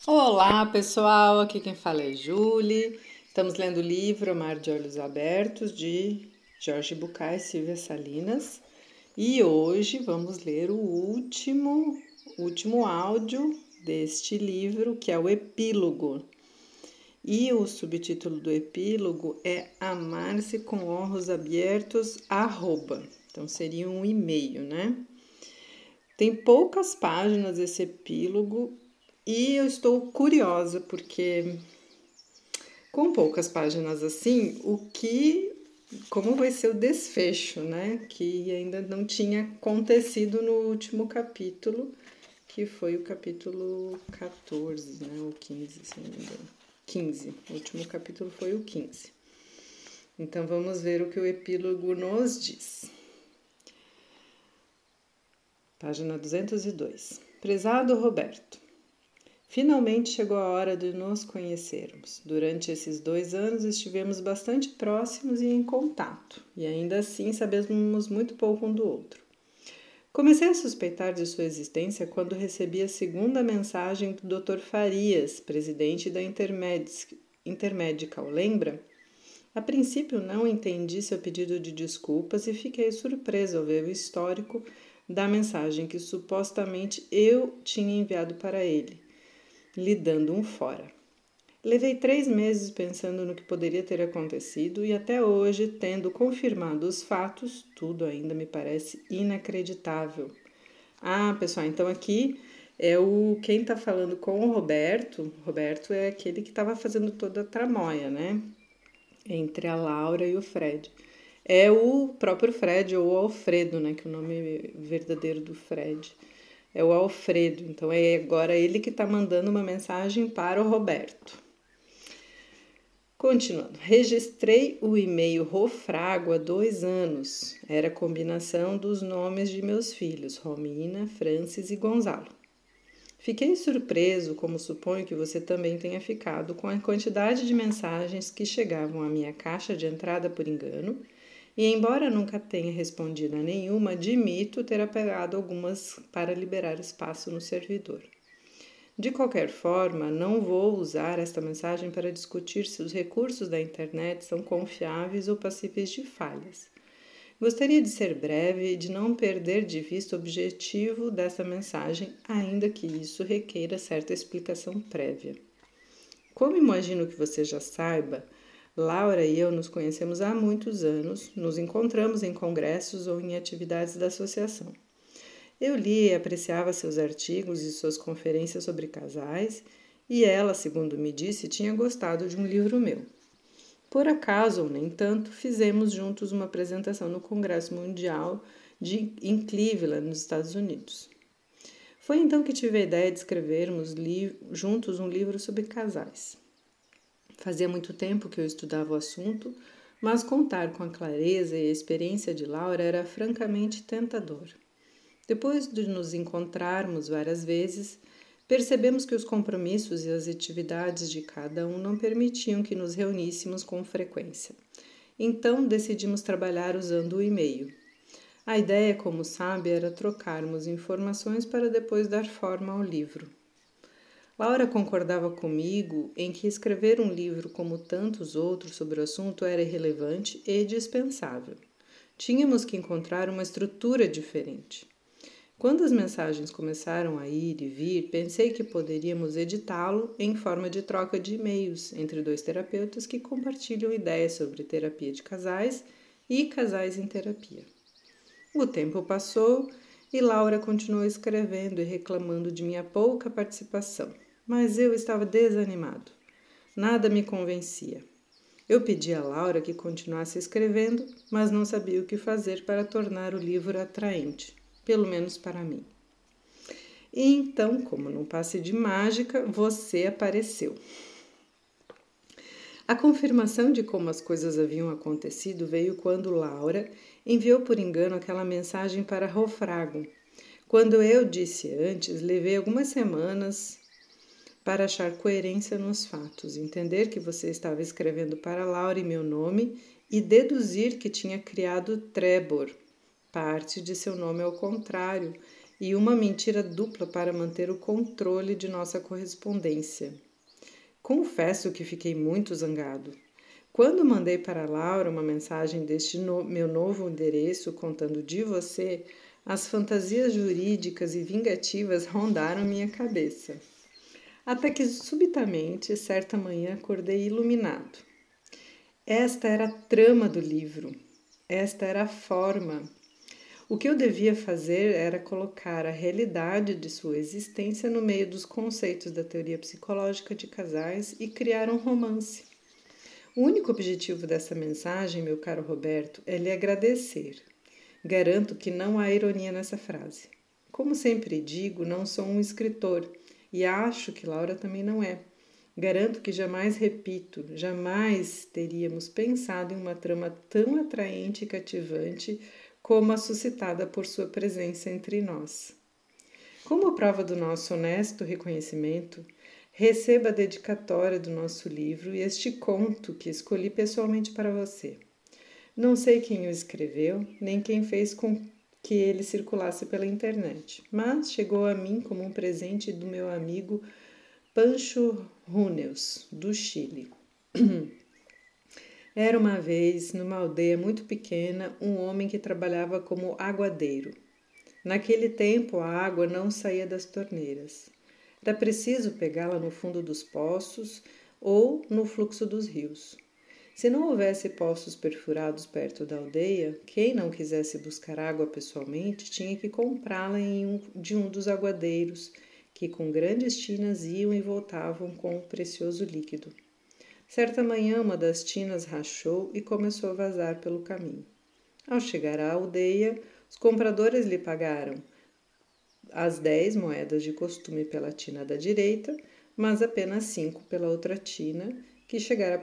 Olá, pessoal. Aqui quem fala é Julie. Estamos lendo o livro Mar de Olhos Abertos, de Jorge Bucay e Silvia Salinas. E hoje vamos ler o último áudio deste livro, que é o epílogo. E o subtítulo do epílogo é Amar-se com olhos abertos, @. Então seria um e-mail, né? Tem poucas páginas esse epílogo e eu estou curiosa porque com poucas páginas assim, como vai ser o desfecho, né? Que ainda não tinha acontecido no último capítulo, que foi o capítulo 14, né? Ou 15, se não me engano. 15. O último capítulo foi o 15. Então vamos ver o que o epílogo nos diz. Página 202. Prezado Roberto, finalmente chegou a hora de nos conhecermos. Durante esses 2 anos estivemos bastante próximos e em contato, e ainda assim sabemos muito pouco um do outro. Comecei a suspeitar de sua existência quando recebi a segunda mensagem do Dr. Farias, presidente da Intermedical, lembra? A princípio não entendi seu pedido de desculpas e fiquei surpreso ao ver o histórico da mensagem que supostamente eu tinha enviado para ele, lhe dando um fora. Levei 3 meses pensando no que poderia ter acontecido e até hoje, tendo confirmado os fatos, tudo ainda me parece inacreditável. Ah, pessoal, então aqui é quem está falando com o Roberto. Roberto é aquele que estava fazendo toda a tramóia, né? Entre a Laura e o Fred. É o próprio Fred, ou o Alfredo, né? Que é o nome verdadeiro do Fred. É o Alfredo. Então é agora ele que está mandando uma mensagem para o Roberto. Continuando. Registrei o e-mail Rofrago há 2 anos. Era a combinação dos nomes de meus filhos, Romina, Francis e Gonzalo. Fiquei surpreso, como suponho que você também tenha ficado, com a quantidade de mensagens que chegavam à minha caixa de entrada por engano, e embora nunca tenha respondido a nenhuma, admito ter apagado algumas para liberar espaço no servidor. De qualquer forma, não vou usar esta mensagem para discutir se os recursos da internet são confiáveis ou passíveis de falhas. Gostaria de ser breve e de não perder de vista o objetivo dessa mensagem, ainda que isso requeira certa explicação prévia. Como imagino que você já saiba, Laura e eu nos conhecemos há muitos anos, nos encontramos em congressos ou em atividades da associação. Eu li e apreciava seus artigos e suas conferências sobre casais, e ela, segundo me disse, tinha gostado de um livro meu. Por acaso, ou nem tanto, fizemos juntos uma apresentação no Congresso Mundial em Cleveland, nos Estados Unidos. Foi então que tive a ideia de escrevermos juntos um livro sobre casais. Fazia muito tempo que eu estudava o assunto, mas contar com a clareza e a experiência de Laura era francamente tentador. Depois de nos encontrarmos várias vezes, percebemos que os compromissos e as atividades de cada um não permitiam que nos reuníssemos com frequência. Então decidimos trabalhar usando o e-mail. A ideia, como sabe, era trocarmos informações para depois dar forma ao livro. Laura concordava comigo em que escrever um livro como tantos outros sobre o assunto era irrelevante e dispensável. Tínhamos que encontrar uma estrutura diferente. Quando as mensagens começaram a ir e vir, pensei que poderíamos editá-lo em forma de troca de e-mails entre 2 terapeutas que compartilham ideias sobre terapia de casais e casais em terapia. O tempo passou e Laura continuou escrevendo e reclamando de minha pouca participação, mas eu estava desanimado. Nada me convencia. Eu pedi a Laura que continuasse escrevendo, mas não sabia o que fazer para tornar o livro atraente, pelo menos para mim. E então, como num passe de mágica, você apareceu. A confirmação de como as coisas haviam acontecido veio quando Laura enviou por engano aquela mensagem para Rofrago. Quando eu disse antes, levei algumas semanas para achar coerência nos fatos, entender que você estava escrevendo para Laura em meu nome e deduzir que tinha criado Trebor, parte de seu nome ao contrário, e uma mentira dupla para manter o controle de nossa correspondência. Confesso que fiquei muito zangado. Quando mandei para Laura uma mensagem deste meu novo endereço contando de você, as fantasias jurídicas e vingativas rondaram minha cabeça. Até que subitamente, certa manhã, acordei iluminado. Esta era a trama do livro. Esta era a forma. O que eu devia fazer era colocar a realidade de sua existência no meio dos conceitos da teoria psicológica de casais e criar um romance. O único objetivo dessa mensagem, meu caro Roberto, é lhe agradecer. Garanto que não há ironia nessa frase. Como sempre digo, não sou um escritor e acho que Laura também não é. Garanto que jamais repito, jamais teríamos pensado em uma trama tão atraente e cativante como a suscitada por sua presença entre nós. Como prova do nosso honesto reconhecimento, receba a dedicatória do nosso livro e este conto que escolhi pessoalmente para você. Não sei quem o escreveu, nem quem fez com que ele circulasse pela internet, mas chegou a mim como um presente do meu amigo Pancho Runeus, do Chile. Era uma vez, numa aldeia muito pequena, um homem que trabalhava como aguadeiro. Naquele tempo, a água não saía das torneiras. Era preciso pegá-la no fundo dos poços ou no fluxo dos rios. Se não houvesse poços perfurados perto da aldeia, quem não quisesse buscar água pessoalmente tinha que comprá-la de um dos aguadeiros, que com grandes tinas iam e voltavam com o precioso líquido. Certa manhã, uma das tinas rachou e começou a vazar pelo caminho. Ao chegar à aldeia, os compradores lhe pagaram as 10 moedas de costume pela tina da direita, mas apenas 5 pela outra tina, que chegara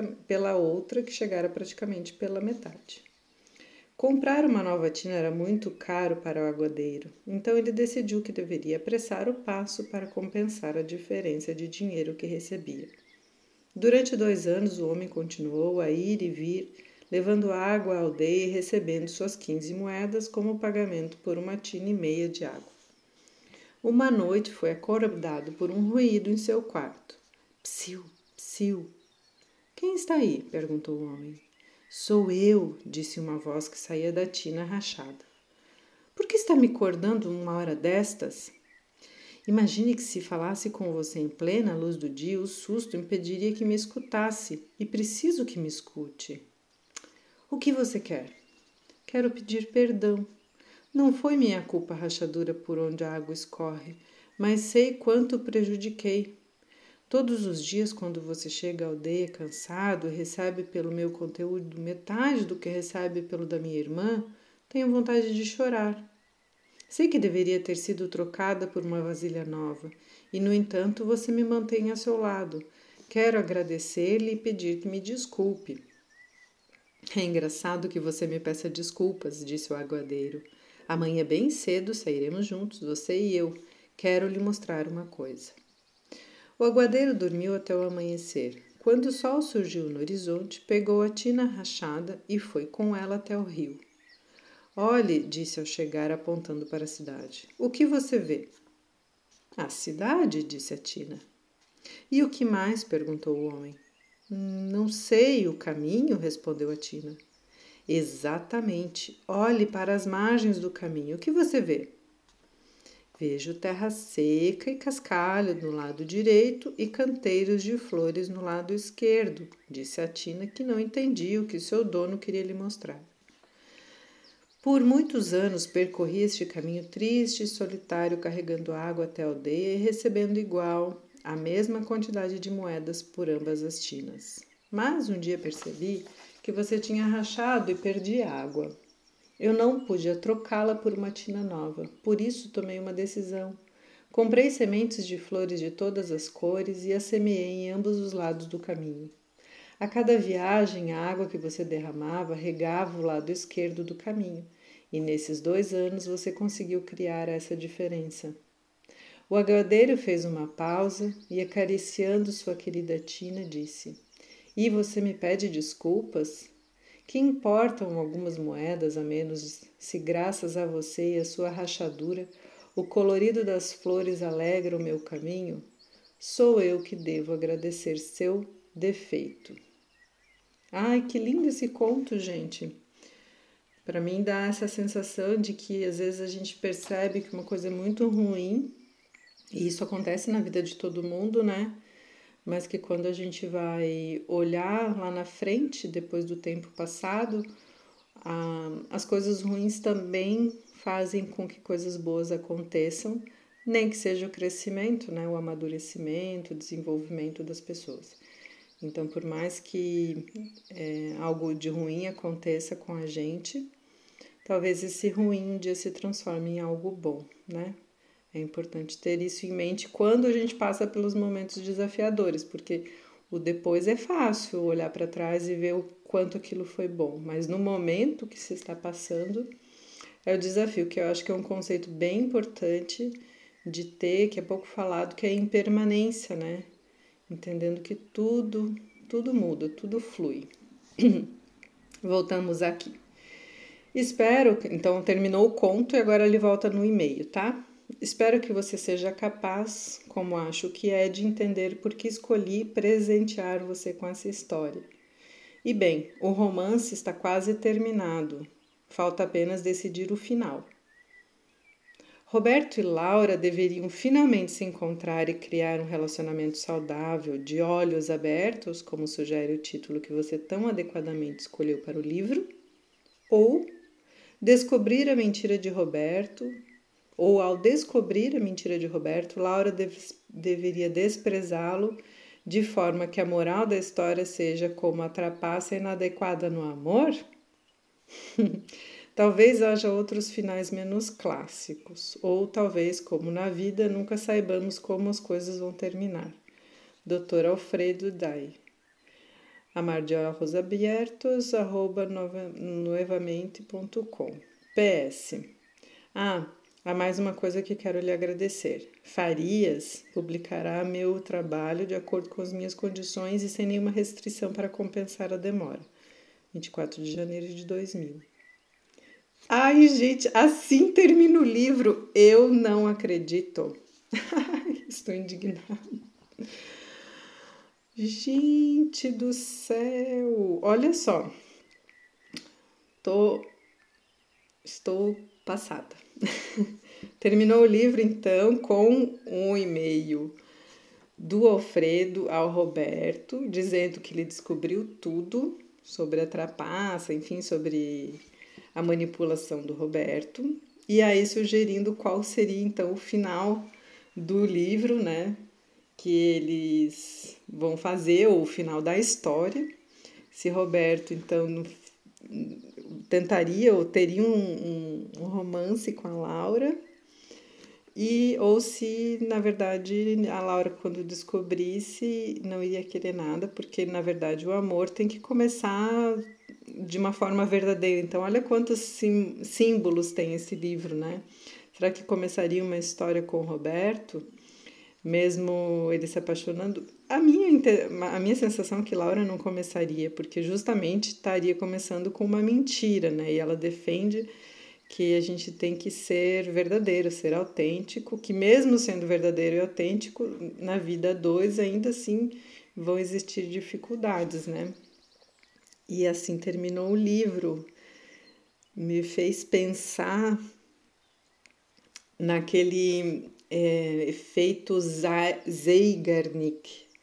praticamente pela metade. Comprar uma nova tina era muito caro para o aguadeiro, então ele decidiu que deveria apressar o passo para compensar a diferença de dinheiro que recebia. Durante 2 anos, o homem continuou a ir e vir, levando água à aldeia e recebendo suas 15 moedas como pagamento por uma tina e meia de água. Uma noite foi acordado por um ruído em seu quarto. Psiu, psiu. Quem está aí? Perguntou o homem. Sou eu, disse uma voz que saía da tina rachada. Por que está me acordando uma hora destas? Imagine que se falasse com você em plena luz do dia, o susto impediria que me escutasse, e preciso que me escute. O que você quer? Quero pedir perdão. Não foi minha culpa a rachadura por onde a água escorre, mas sei quanto prejudiquei. Todos os dias, quando você chega à aldeia cansado e recebe pelo meu conteúdo metade do que recebe pelo da minha irmã, tenho vontade de chorar. Sei que deveria ter sido trocada por uma vasilha nova, e, no entanto, você me mantém a seu lado. Quero agradecer-lhe e pedir que me desculpe. É engraçado que você me peça desculpas, disse o aguadeiro. Amanhã bem cedo sairemos juntos, você e eu. Quero lhe mostrar uma coisa. O aguadeiro dormiu até o amanhecer. Quando o sol surgiu no horizonte, pegou a tina rachada e foi com ela até o rio. Olhe, disse ao chegar, apontando para a cidade. O que você vê? A cidade, disse a tina. E o que mais? Perguntou o homem. Não sei, o caminho, respondeu a tina. Exatamente. Olhe para as margens do caminho. O que você vê? Vejo terra seca e cascalho no lado direito e canteiros de flores no lado esquerdo, disse a tina, que não entendia o que seu dono queria lhe mostrar. Por muitos anos percorri este caminho triste e solitário, carregando água até a aldeia e recebendo igual, a mesma quantidade de moedas por ambas as tinas. Mas um dia percebi que você tinha rachado e perdi água. Eu não podia trocá-la por uma tina nova, por isso tomei uma decisão. Comprei sementes de flores de todas as cores e as semeei em ambos os lados do caminho. A cada viagem, a água que você derramava regava o lado esquerdo do caminho, e nesses 2 anos você conseguiu criar essa diferença. O aguadeiro fez uma pausa e, acariciando sua querida tina, disse: E você me pede desculpas? Que importam algumas moedas a menos se, graças a você e a sua rachadura, o colorido das flores alegra o meu caminho, sou eu que devo agradecer seu defeito. Ai, que lindo esse conto, gente. Para mim dá essa sensação de que às vezes a gente percebe que uma coisa é muito ruim, e isso acontece na vida de todo mundo, né? Mas que quando a gente vai olhar lá na frente, depois do tempo passado, as coisas ruins também fazem com que coisas boas aconteçam, nem que seja o crescimento, né? O amadurecimento, o desenvolvimento das pessoas. Então, por mais que algo de ruim aconteça com a gente, talvez esse ruim um dia se transforme em algo bom, né? É importante ter isso em mente quando a gente passa pelos momentos desafiadores, porque o depois é fácil olhar para trás e ver o quanto aquilo foi bom, mas no momento que se está passando é o desafio, que eu acho que é um conceito bem importante de ter, que é pouco falado, que é a impermanência, né? Entendendo que tudo muda, tudo flui. Voltamos aqui. Espero, então terminou o conto e agora ele volta no e-mail, tá? Espero que você seja capaz, como acho que é, de entender por que escolhi presentear você com essa história. E bem, o romance está quase terminado. Falta apenas decidir o final. Roberto e Laura deveriam finalmente se encontrar e criar um relacionamento saudável, de olhos abertos, como sugere o título que você tão adequadamente escolheu para o livro, ou descobrir a mentira de Roberto, ou ao descobrir a mentira de Roberto, Laura deveria desprezá-lo, de forma que a moral da história seja como a trapaça inadequada no amor? Talvez haja outros finais menos clássicos, ou talvez, como na vida, nunca saibamos como as coisas vão terminar. Dr. Alfredo Dai. Amar de olhos abertos, @novamente.com. PS. Há mais uma coisa que quero lhe agradecer. Farias publicará meu trabalho de acordo com as minhas condições e sem nenhuma restrição para compensar a demora. 24 de janeiro de 2000. Ai, gente, assim termina o livro. Eu não acredito. Estou indignada. Gente do céu. Olha só. Estou passada. Terminou o livro, então, com um e-mail do Alfredo ao Roberto, dizendo que ele descobriu tudo sobre a trapaça, enfim, sobre a manipulação do Roberto, e aí sugerindo qual seria então o final do livro, né, que eles vão fazer, ou o final da história, se Roberto então tentaria ou teria um romance com a Laura, ou se na verdade a Laura, quando descobrisse, não iria querer nada, porque na verdade o amor tem que começar de uma forma verdadeira. Então, olha quantos símbolos tem esse livro, né? Será que começaria uma história com o Roberto, mesmo ele se apaixonando? A minha sensação é que Laura não começaria, porque justamente estaria começando com uma mentira, né? E ela defende que a gente tem que ser verdadeiro, ser autêntico, que mesmo sendo verdadeiro e autêntico, na vida a dois ainda assim vão existir dificuldades, né? E assim terminou o livro. Me fez pensar naquele efeito Zeigarnik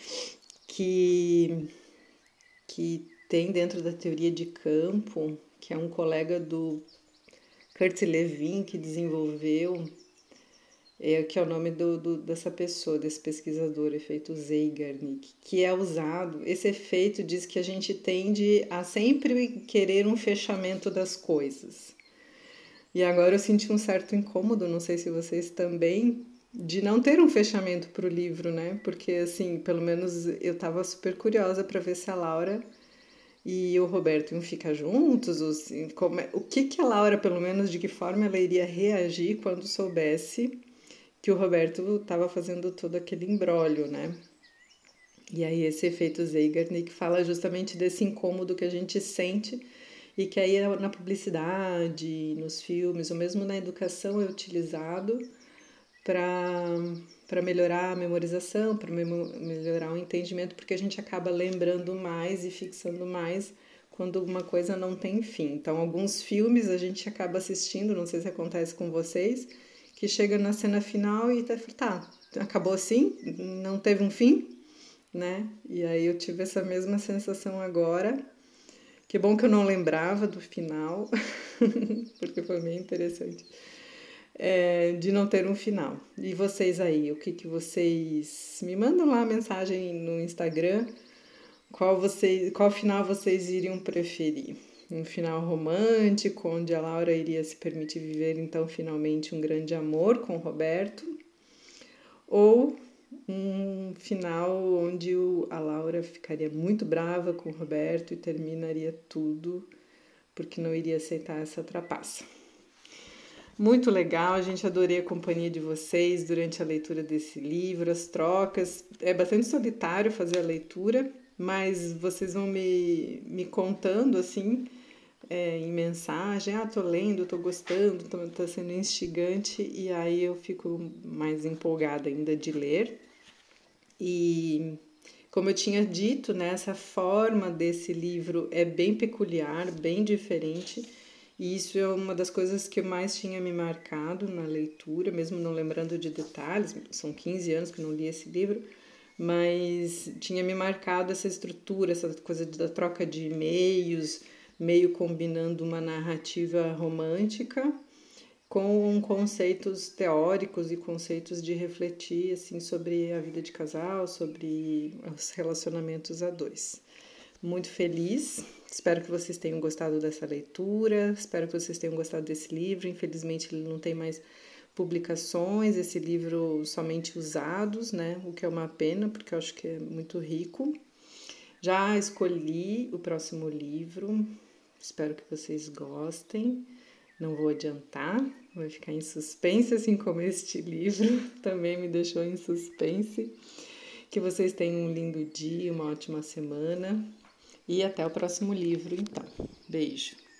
que tem dentro da teoria de campo, que é um colega do Kurt Lewin que desenvolveu, que é o nome dessa pessoa, desse pesquisador, efeito Zeigarnik, que é usado. Esse efeito diz que a gente tende a sempre querer um fechamento das coisas. E agora eu senti um certo incômodo, não sei se vocês também, de não ter um fechamento para o livro, né? Porque, assim, pelo menos eu estava super curiosa para ver se a Laura e o Roberto iam ficar juntos, assim, o que a Laura, pelo menos, de que forma ela iria reagir quando soubesse que o Roberto estava fazendo todo aquele imbróglio, né? E aí esse efeito Zeigarnik fala justamente desse incômodo que a gente sente e que aí na publicidade, nos filmes, ou mesmo na educação é utilizado para melhorar a memorização, para melhorar o entendimento, porque a gente acaba lembrando mais e fixando mais quando uma coisa não tem fim. Então, alguns filmes a gente acaba assistindo, não sei se acontece com vocês, que chega na cena final e tá, acabou assim, não teve um fim, né? E aí eu tive essa mesma sensação agora. Que bom que eu não lembrava do final, porque foi bem interessante. De não ter um final. E vocês aí, o que que vocês... Me mandam lá a mensagem no Instagram, qual final vocês iriam preferir? Um final romântico, onde a Laura iria se permitir viver, então, finalmente um grande amor com o Roberto? Ou um final onde a Laura ficaria muito brava com o Roberto e terminaria tudo porque não iria aceitar essa trapaça? Muito legal, a gente adorei a companhia de vocês durante a leitura desse livro, as trocas. É bastante solitário fazer a leitura, mas vocês vão me contando assim, em mensagem: tô lendo, tô gostando, tá sendo instigante, e aí eu fico mais empolgada ainda de ler. E como eu tinha dito, né, essa forma desse livro é bem peculiar, bem diferente, e isso é uma das coisas que mais tinha me marcado na leitura, mesmo não lembrando de detalhes, são 15 anos que eu não li esse livro, mas tinha me marcado essa estrutura, essa coisa da troca de e-mails, meio combinando uma narrativa romântica com conceitos teóricos e conceitos de refletir assim sobre a vida de casal, sobre os relacionamentos a dois. Muito feliz, espero que vocês tenham gostado dessa leitura, espero que vocês tenham gostado desse livro. Infelizmente ele não tem mais publicações, esse livro somente usados, né? O que é uma pena, porque eu acho que é muito rico. Já escolhi o próximo livro, espero que vocês gostem. Não vou adiantar, vai ficar em suspense, assim como este livro também me deixou em suspense. Que vocês tenham um lindo dia, uma ótima semana e até o próximo livro, então. Beijo!